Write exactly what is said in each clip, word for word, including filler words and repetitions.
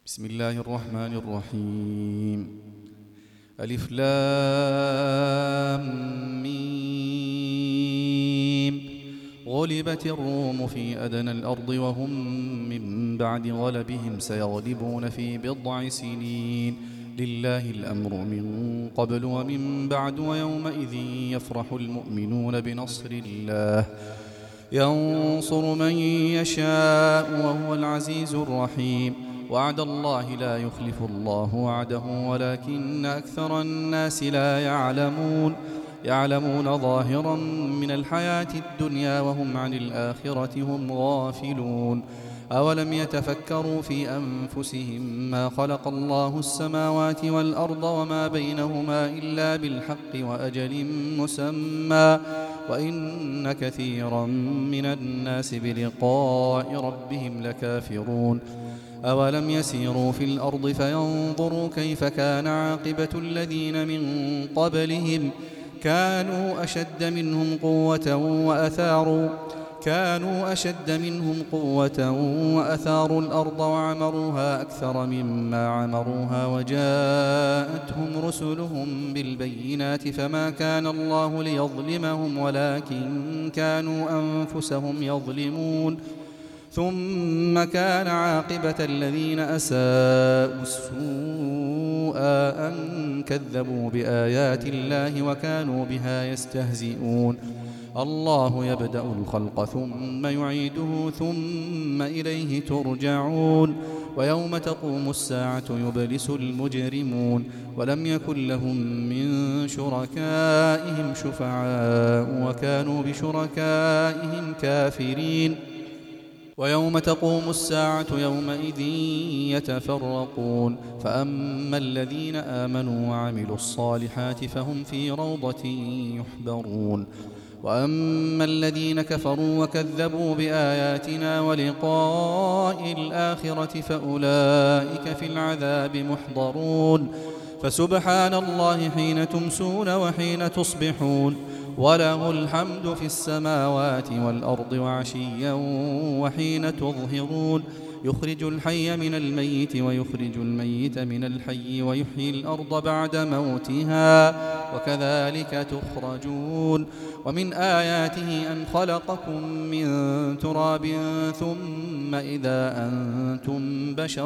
بسم الله الرحمن الرحيم. ألف لام ميم. غلبت الروم في أدنى الأرض وهم من بعد غلبهم سيغلبون في بضع سنين. لله الأمر من قبل ومن بعد ويومئذ يفرح المؤمنون بنصر الله ينصر من يشاء وهو العزيز الرحيم. وعد الله لا يخلف الله وعده ولكن أكثر الناس لا يعلمون يعلمون ظاهرا من الحياة الدنيا وهم عن الآخرة هم غافلون. أولم يتفكروا في أنفسهم ما خلق الله السماوات والأرض وما بينهما إلا بالحق وأجل مسمى وإن كثيرا من الناس بلقاء ربهم لكافرون. أولم يسيروا في الأرض فينظروا كيف كان عاقبة الذين من قبلهم كانوا أشد منهم قوة وأثاروا كانوا أشد منهم قوة وأثاروا الأرض وعمروها أكثر مما عمروها وجاءتهم رسلهم بالبينات فما كان الله ليظلمهم ولكن كانوا أنفسهم يظلمون. ثم كان عاقبة الذين أساءوا السوء أن كذبوا بآيات الله وكانوا بها يستهزئون. الله يبدأ الخلق ثم يعيده ثم إليه ترجعون. ويوم تقوم الساعة يبلس المجرمون ولم يكن لهم من شركائهم شفعاء وكانوا بشركائهم كافرين. ويوم تقوم الساعة يومئذ يتفرقون فأما الذين آمنوا وعملوا الصالحات فهم في روضة يحبرون وأما الذين كفروا وكذبوا بآياتنا ولقاء الآخرة فأولئك في العذاب محضرون. فسبحان الله حين تمسون وحين تصبحون وله الحمد في السماوات والأرض وعشيا وحين تظهرون. يخرج الحي من الميت ويخرج الميت من الحي ويحيي الأرض بعد موتها وكذلك تخرجون. ومن آياته أن خلقكم من تراب ثم إذا أنتم بشر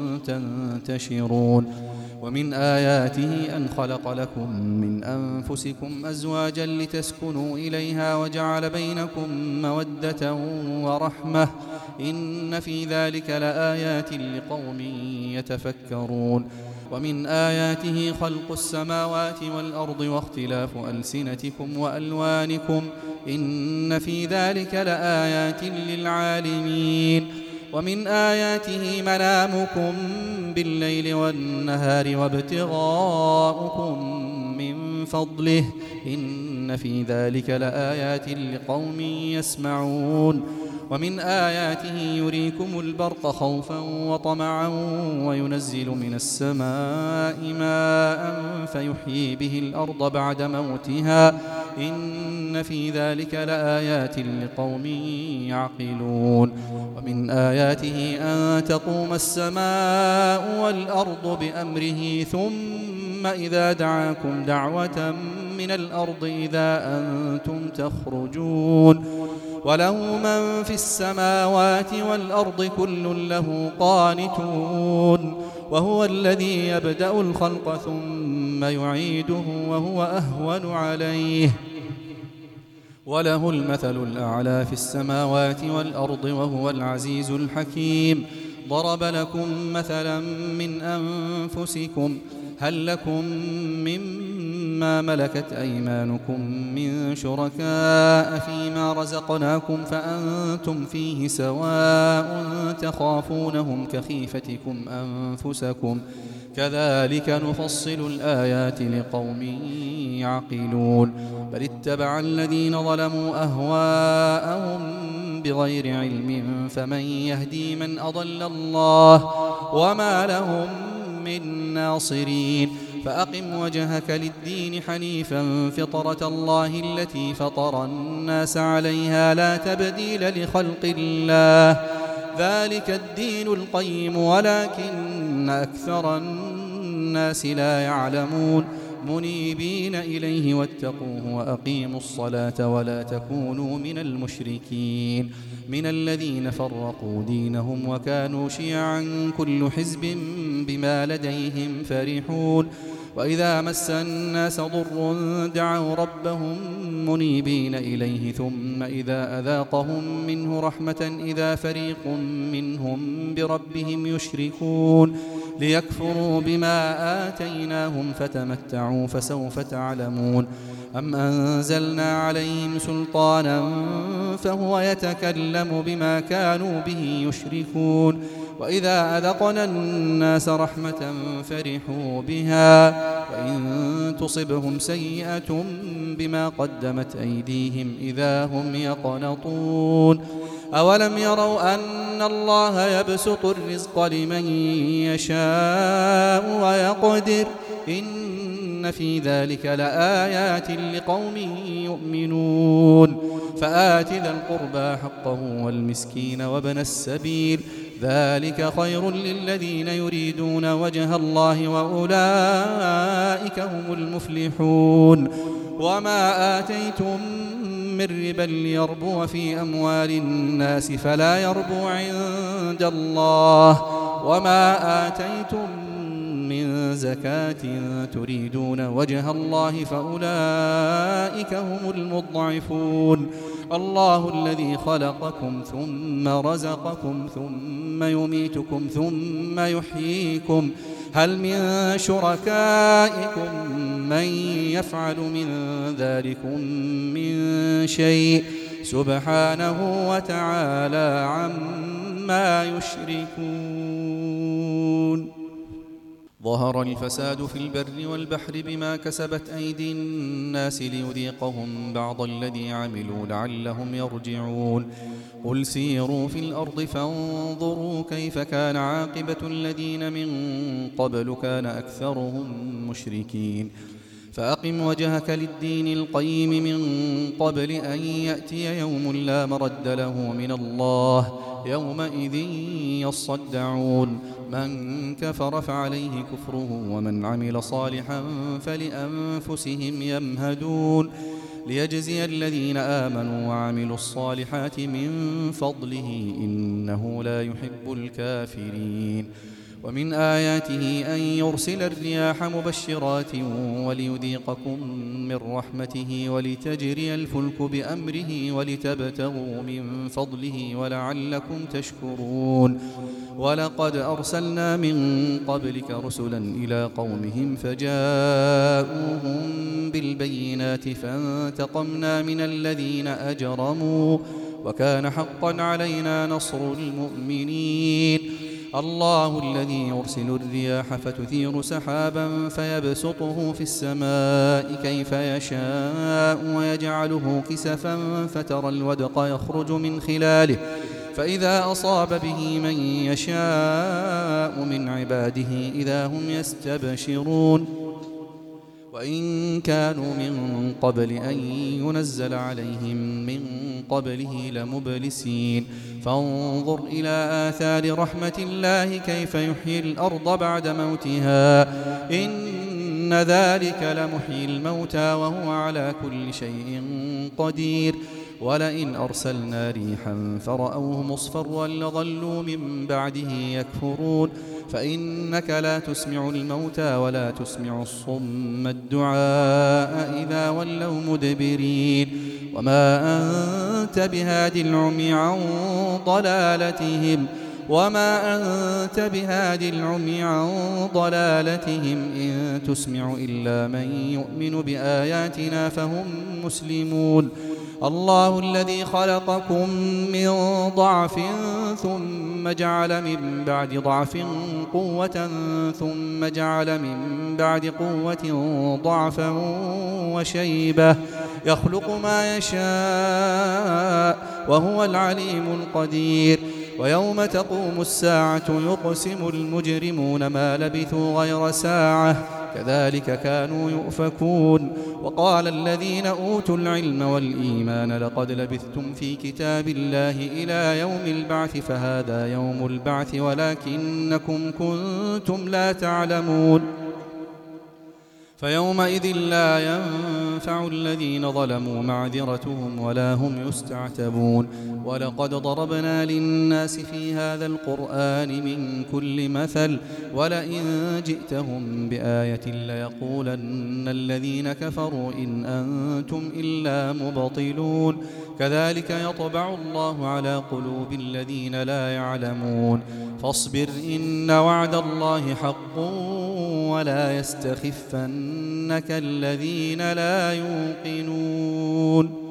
تنتشرون. ومن آياته أن خلق لكم من أنفسكم أزواجا لتسكنوا إليها وجعل بينكم مودة ورحمة إن في ذلك لآيات لقوم يتفكرون. ومن آياته خلق السماوات والأرض واختلاف ألسنتكم وألوانكم إن في ذلك لآيات للعالمين. ومن آياته منامكم بالليل والنهار وابتغاؤكم من فضله إن في ذلك لآيات لقوم يسمعون. ومن آياته يريكم البرق خوفا وطمعا وينزل من السماء ماء فيحيي به الأرض بعد موتها إن في ذلك لآيات لقوم يعقلون. ومن آياته أن تقوم السماء والأرض بأمره ثم إذا دعاكم دعوة من الأرض إذا أنتم تخرجون. وله من في السماوات والأرض كل له قانتون. وهو الذي يبدأ الخلق ثم يعيده وهو أهون عليه وله المثل الأعلى في السماوات والأرض وهو العزيز الحكيم. ضرب لكم مثلا من أنفسكم هل لكم مما ملكت أيمانكم من شركاء فيما رزقناكم فأنتم فيه سواء تخافونهم كخيفتكم أنفسكم كذلك نفصل الآيات لقوم يعقلون. بل اتبع الذين ظلموا أهواءهم بغير علم فمن يهدي من أضل الله وما لهم من ناصرين. فأقم وجهك للدين حنيفا فطرة الله التي فطر الناس عليها لا تبديل لخلق الله ذلك الدين القيم ولكن ولكن أكثر الناس لا يعلمون منيبين إليه واتقوه وأقيموا الصلاة ولا تكونوا من المشركين من الذين فرقوا دينهم وكانوا شيعا كل حزب بما لديهم فرحون وإذا مس الناس ضر دعوا ربهم منيبين إليه ثم إذا أذاقهم منه رحمة إذا فريق منهم بربهم يشركون ليكفروا بما آتيناهم فتمتعوا فسوف تعلمون أم أنزلنا عليهم سلطانا فهو يتكلم بما كانوا به يشركون وإذا أذقنا الناس رحمة فرحوا بها وإن تصبهم سيئة بما قدمت أيديهم إذا هم يقنطون أولم يروا أن الله يبسط الرزق لمن يشاء ويقدر إن في ذلك لآيات لقوم يؤمنون فآت ذا القربى حقه والمسكين وابن السبيل ذلك خير للذين يريدون وجه الله وأولئك هم المفلحون وما آتيتم من ربا ليربو في أموال الناس فلا يربو عند الله وما آتيتم من زكاة تريدون وجه الله فأولئك هم المضعفون الله الذي خلقكم ثم رزقكم ثم يميتكم ثم يحييكم هل من شركائكم من يفعل من ذلكم من شيء سبحانه وتعالى عما يشركون ظهر الفساد في البر والبحر بما كسبت أيدي الناس ليذيقهم بعض الذي عملوا لعلهم يرجعون قل سيروا في الأرض فانظروا كيف كان عاقبة الذين من قبل كان أكثرهم مشركين فأقم وجهك للدين القيم من قبل أن يأتي يوم لا مرد له من الله يومئذ يصدعون من كفر فعليه كفره ومن عمل صالحا فلأنفسهم يمهدون ليجزي الذين آمنوا وعملوا الصالحات من فضله إنه لا يحب الكافرين ومن آياته أن يرسل الرياح مبشرات وليذيقكم من رحمته ولتجري الفلك بأمره ولتبتغوا من فضله ولعلكم تشكرون ولقد أرسلنا من قبلك رسلا إلى قومهم فجاءوهم بالبينات فانتقمنا من الذين أجرموا وكان حقا علينا نصر المؤمنين الله الذي يرسل الرياح فتثير سحابا فيبسطه في السماء كيف يشاء ويجعله كسفا فترى الودق يخرج من خلاله فإذا أصاب به من يشاء من عباده إذا هم يستبشرون وإن كانوا من قبل أن ينزل عليهم من قبله لمبلسين فانظر إلى آثار رحمة الله كيف يحيي الأرض بعد موتها إن ذلك لمحيي الموتى وهو على كل شيء قدير ولئن أرسلنا ريحا فرأوه مصفرا لظلوا من بعده يكفرون فإنك لا تسمع الموتى ولا تسمع الصم الدعاء إذا ولوا مدبرين وما أنت بهادي العمي عن ضلالتهم وما أنت بهادي العمي عن ضلالتهم إن تسمع إلا من يؤمن بآياتنا فهم مسلمون الله الذي خلقكم من ضعف ثم جعل من بعد ضعف قوة ثم جعل من بعد قوة ضعفا وشيبة يخلق ما يشاء وهو العليم القدير ويوم تقوم الساعة يقسم المجرمون ما لبثوا غير ساعة كذلك كانوا يؤفكون. وقال الذين أوتوا العلم والإيمان لقد لبثتم في كتاب الله إلى يوم البعث فهذا يوم البعث ولكنكم كنتم لا تعلمون. فيومئذ لا ينفع الذين ظلموا معذرتهم ولا هم يستعتبون. ولقد ضربنا للناس في هذا القرآن من كل مثل ولئن جئتهم بآية ليقولن الذين كفروا إن أنتم إلا مبطلون. كذلك يطبع الله على قلوب الذين لا يعلمون. فاصبر إن وعد الله حق ولا يستخفنك الذين لا يوقنون.